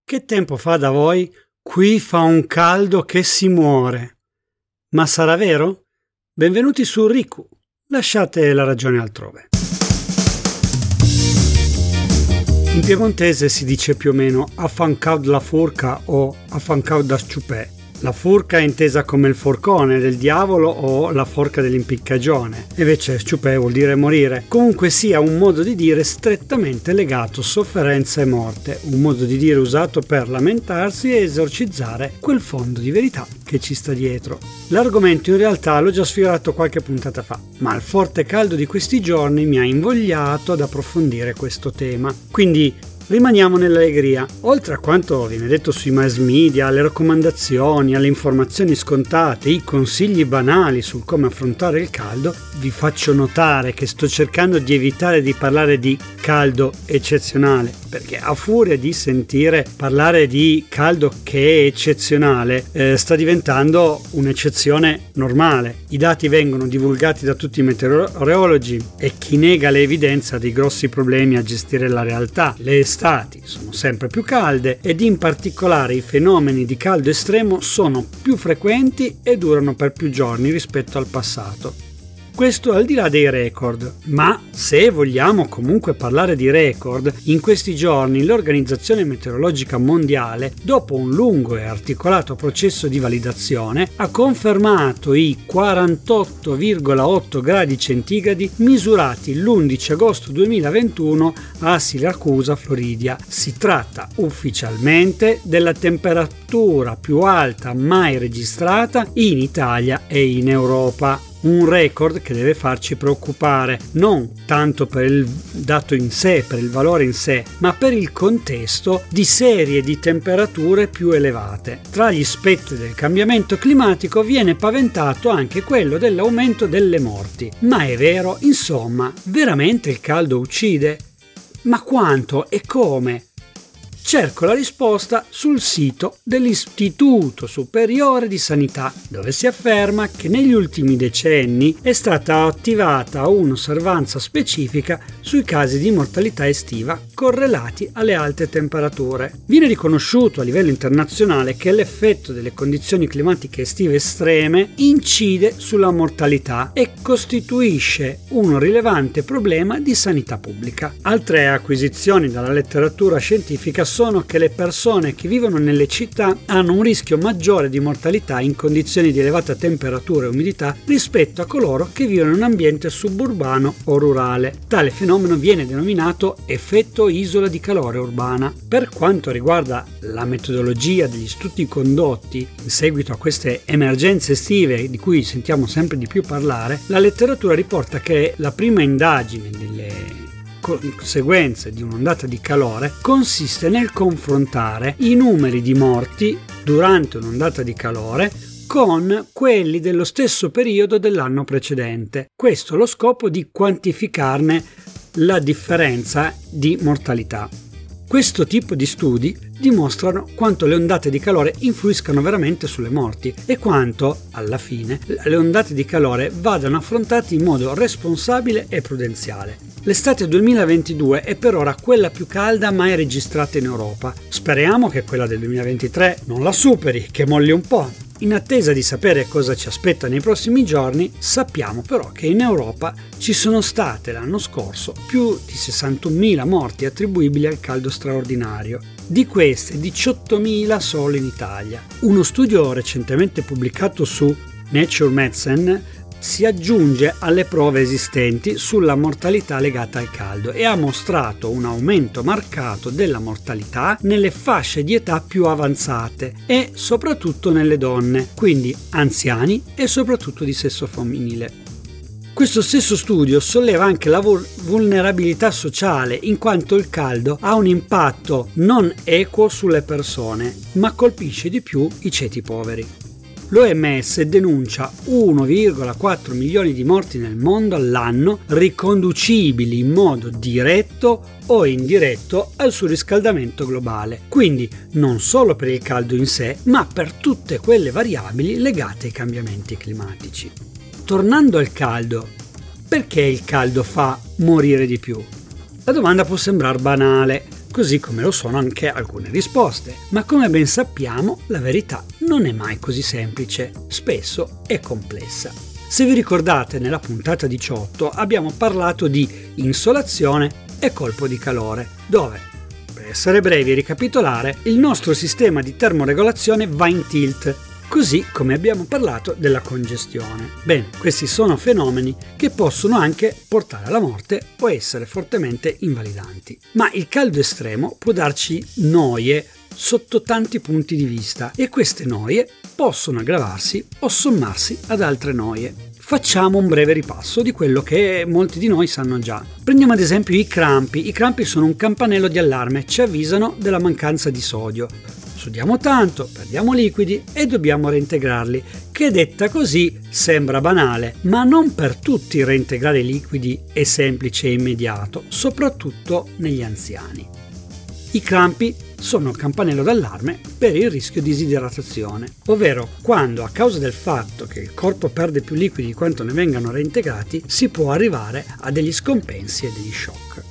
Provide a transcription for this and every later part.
Che tempo fa da voi? Qui fa un caldo che si muore. Ma sarà vero? Benvenuti su Riku. Lasciate la ragione altrove. In piemontese si dice più o meno affancaud la furca o affancaud da sciupè. La furca è intesa come il forcone del diavolo o la forca dell'impiccagione, invece sciupè vuol dire morire. Comunque sia un modo di dire strettamente legato a sofferenza e morte, un modo di dire usato per lamentarsi e esorcizzare quel fondo di verità che ci sta dietro. L'argomento in realtà l'ho già sfiorato qualche puntata fa, ma il forte caldo di questi giorni mi ha invogliato ad approfondire questo tema. Quindi rimaniamo nell'allegria. Oltre a quanto viene detto sui mass media, alle raccomandazioni, alle informazioni scontate, i consigli banali sul come affrontare il caldo, vi faccio notare che sto cercando di evitare di parlare di caldo eccezionale, perché a furia di sentire parlare di caldo che è eccezionale, sta diventando un'eccezione normale. I dati vengono divulgati da tutti i meteorologi e chi nega l'evidenza ha dei grossi problemi a gestire la realtà. Le estati sono sempre più calde ed in particolare i fenomeni di caldo estremo sono più frequenti e durano per più giorni rispetto al passato. Questo al di là dei record, ma se vogliamo comunque parlare di record, in questi giorni l'Organizzazione Meteorologica Mondiale, dopo un lungo e articolato processo di validazione, ha confermato i 48,8 gradi centigradi misurati l'11 agosto 2021 a Siracusa, Florida. Si tratta ufficialmente della temperatura più alta mai registrata in Italia e in Europa. Un record che deve farci preoccupare non tanto per il dato in sé, per il valore in sé, ma per il contesto di serie di temperature più elevate. Tra gli aspetti del cambiamento climatico viene paventato anche quello dell'aumento delle morti. Ma è vero? Insomma, veramente il caldo uccide? Ma quanto e come? Cerco la risposta sul sito dell'Istituto Superiore di Sanità, dove si afferma che negli ultimi decenni è stata attivata un'osservanza specifica sui casi di mortalità estiva correlati alle alte temperature. Viene riconosciuto a livello internazionale che l'effetto delle condizioni climatiche estive estreme incide sulla mortalità e costituisce un rilevante problema di sanità pubblica. Altre acquisizioni dalla letteratura scientifica sono che le persone che vivono nelle città hanno un rischio maggiore di mortalità in condizioni di elevata temperatura e umidità rispetto a coloro che vivono in un ambiente suburbano o rurale. Tale fenomeno viene denominato effetto isola di calore urbana. Per quanto riguarda la metodologia degli studi condotti in seguito a queste emergenze estive di cui sentiamo sempre di più parlare, la letteratura riporta che la prima indagine delle conseguenze di un'ondata di calore consiste nel confrontare i numeri di morti durante un'ondata di calore con quelli dello stesso periodo dell'anno precedente. Questo allo scopo di quantificarne la differenza di mortalità. Questo tipo di studi dimostrano quanto le ondate di calore influiscano veramente sulle morti e quanto, alla fine, le ondate di calore vadano affrontate in modo responsabile e prudenziale. L'estate 2022 è per ora quella più calda mai registrata in Europa. Speriamo che quella del 2023 non la superi, che molli un po'. In attesa di sapere cosa ci aspetta nei prossimi giorni, sappiamo però che in Europa ci sono state l'anno scorso più di 61.000 morti attribuibili al caldo straordinario. Di queste 18.000 solo in Italia. Uno studio recentemente pubblicato su Nature Medicine si aggiunge alle prove esistenti sulla mortalità legata al caldo e ha mostrato un aumento marcato della mortalità nelle fasce di età più avanzate e soprattutto nelle donne, quindi anziani e soprattutto di sesso femminile. Questo stesso studio solleva anche la vulnerabilità sociale, in quanto il caldo ha un impatto non equo sulle persone, ma colpisce di più i ceti poveri. L'OMS denuncia 1,4 milioni di morti nel mondo all'anno riconducibili in modo diretto o indiretto al surriscaldamento globale, quindi non solo per il caldo in sé, ma per tutte quelle variabili legate ai cambiamenti climatici. Tornando al caldo, perché il caldo fa morire di più? La domanda può sembrare banale, così come lo sono anche alcune risposte. Ma come ben sappiamo, la verità non è mai così semplice, spesso è complessa. Se vi ricordate, nella puntata 18 abbiamo parlato di insolazione e colpo di calore, dove, per essere brevi e ricapitolare, il nostro sistema di termoregolazione va in tilt, così come abbiamo parlato della congestione. Bene, questi sono fenomeni che possono anche portare alla morte o essere fortemente invalidanti. Ma il caldo estremo può darci noie sotto tanti punti di vista e queste noie possono aggravarsi o sommarsi ad altre noie. Facciamo un breve ripasso di quello che molti di noi sanno già. Prendiamo ad esempio i crampi. I crampi sono un campanello di allarme, ci avvisano della mancanza di sodio. Sudiamo tanto, perdiamo liquidi e dobbiamo reintegrarli, che detta così sembra banale, ma non per tutti reintegrare i liquidi è semplice e immediato, soprattutto negli anziani. I crampi sono il campanello d'allarme per il rischio di disidratazione, ovvero quando a causa del fatto che il corpo perde più liquidi di quanto ne vengano reintegrati si può arrivare a degli scompensi e degli shock.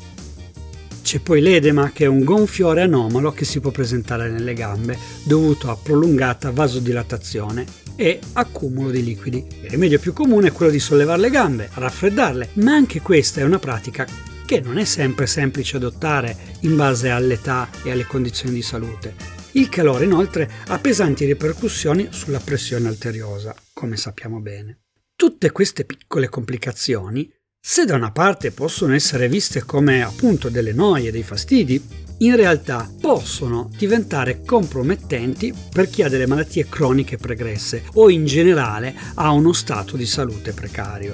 C'è poi l'edema, che è un gonfiore anomalo che si può presentare nelle gambe dovuto a prolungata vasodilatazione e accumulo di liquidi. Il rimedio più comune è quello di sollevare le gambe, raffreddarle, ma anche questa è una pratica che non è sempre semplice adottare in base all'età e alle condizioni di salute. Il calore inoltre ha pesanti ripercussioni sulla pressione arteriosa, come sappiamo bene. Tutte queste piccole complicazioni, se da una parte possono essere viste come appunto delle noie, dei fastidi, in realtà possono diventare compromettenti per chi ha delle malattie croniche pregresse o in generale ha uno stato di salute precario.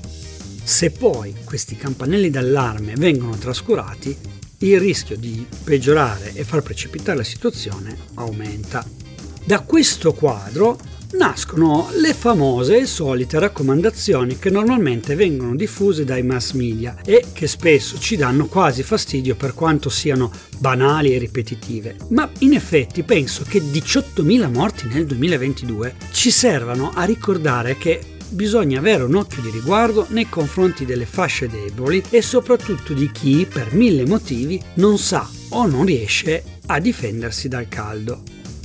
Se poi questi campanelli d'allarme vengono trascurati, il rischio di peggiorare e far precipitare la situazione aumenta. Da questo quadro nascono le famose e solite raccomandazioni che normalmente vengono diffuse dai mass media e che spesso ci danno quasi fastidio per quanto siano banali e ripetitive. Ma in effetti penso che 18.000 morti nel 2022 ci servano a ricordare che bisogna avere un occhio di riguardo nei confronti delle fasce deboli e soprattutto di chi, per 1000 motivi, non sa o non riesce a difendersi dal caldo.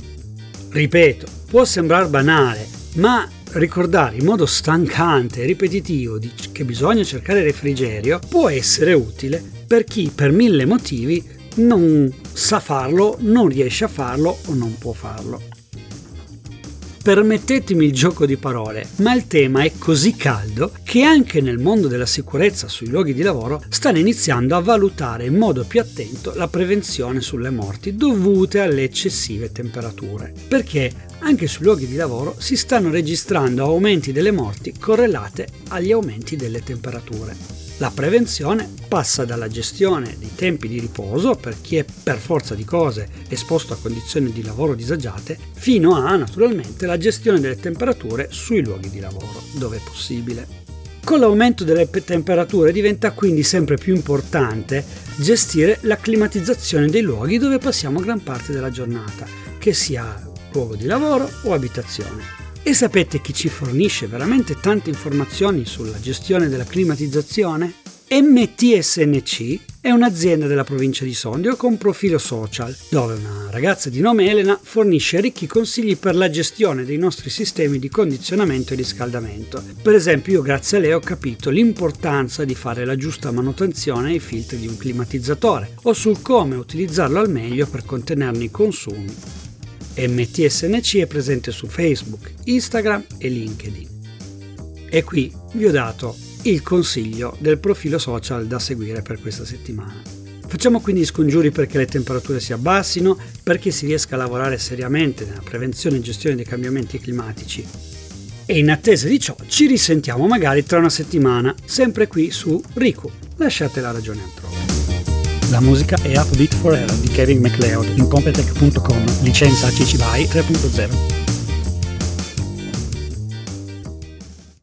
Ripeto, può sembrare banale, ma ricordare in modo stancante e ripetitivo che bisogna cercare refrigerio può essere utile per chi per 1000 motivi non sa farlo, non riesce a farlo o non può farlo. Permettetemi il gioco di parole, ma il tema è così caldo che anche nel mondo della sicurezza sui luoghi di lavoro stanno iniziando a valutare in modo più attento la prevenzione sulle morti dovute alle eccessive temperature, perché anche sui luoghi di lavoro si stanno registrando aumenti delle morti correlate agli aumenti delle temperature. La prevenzione passa dalla gestione dei tempi di riposo per chi è per forza di cose esposto a condizioni di lavoro disagiate, fino a naturalmente la gestione delle temperature sui luoghi di lavoro, dove è possibile. Con l'aumento delle temperature diventa quindi sempre più importante gestire la climatizzazione dei luoghi dove passiamo gran parte della giornata, che sia luogo di lavoro o abitazione. E sapete chi ci fornisce veramente tante informazioni sulla gestione della climatizzazione? MTSNC è un'azienda della provincia di Sondrio con profilo social, dove una ragazza di nome Elena fornisce ricchi consigli per la gestione dei nostri sistemi di condizionamento e riscaldamento. Per esempio, io grazie a lei ho capito l'importanza di fare la giusta manutenzione ai filtri di un climatizzatore o sul come utilizzarlo al meglio per contenerne i consumi. MTSNC è presente su Facebook, Instagram e LinkedIn. E qui vi ho dato il consiglio del profilo social da seguire per questa settimana. Facciamo quindi scongiuri perché le temperature si abbassino, perché si riesca a lavorare seriamente nella prevenzione e gestione dei cambiamenti climatici. E in attesa di ciò ci risentiamo magari tra una settimana, sempre qui su Riku. Lasciate la ragione altrove. La musica è Upbeat Forever di Kevin MacLeod in Competech.com, licenza CC BY 3.0.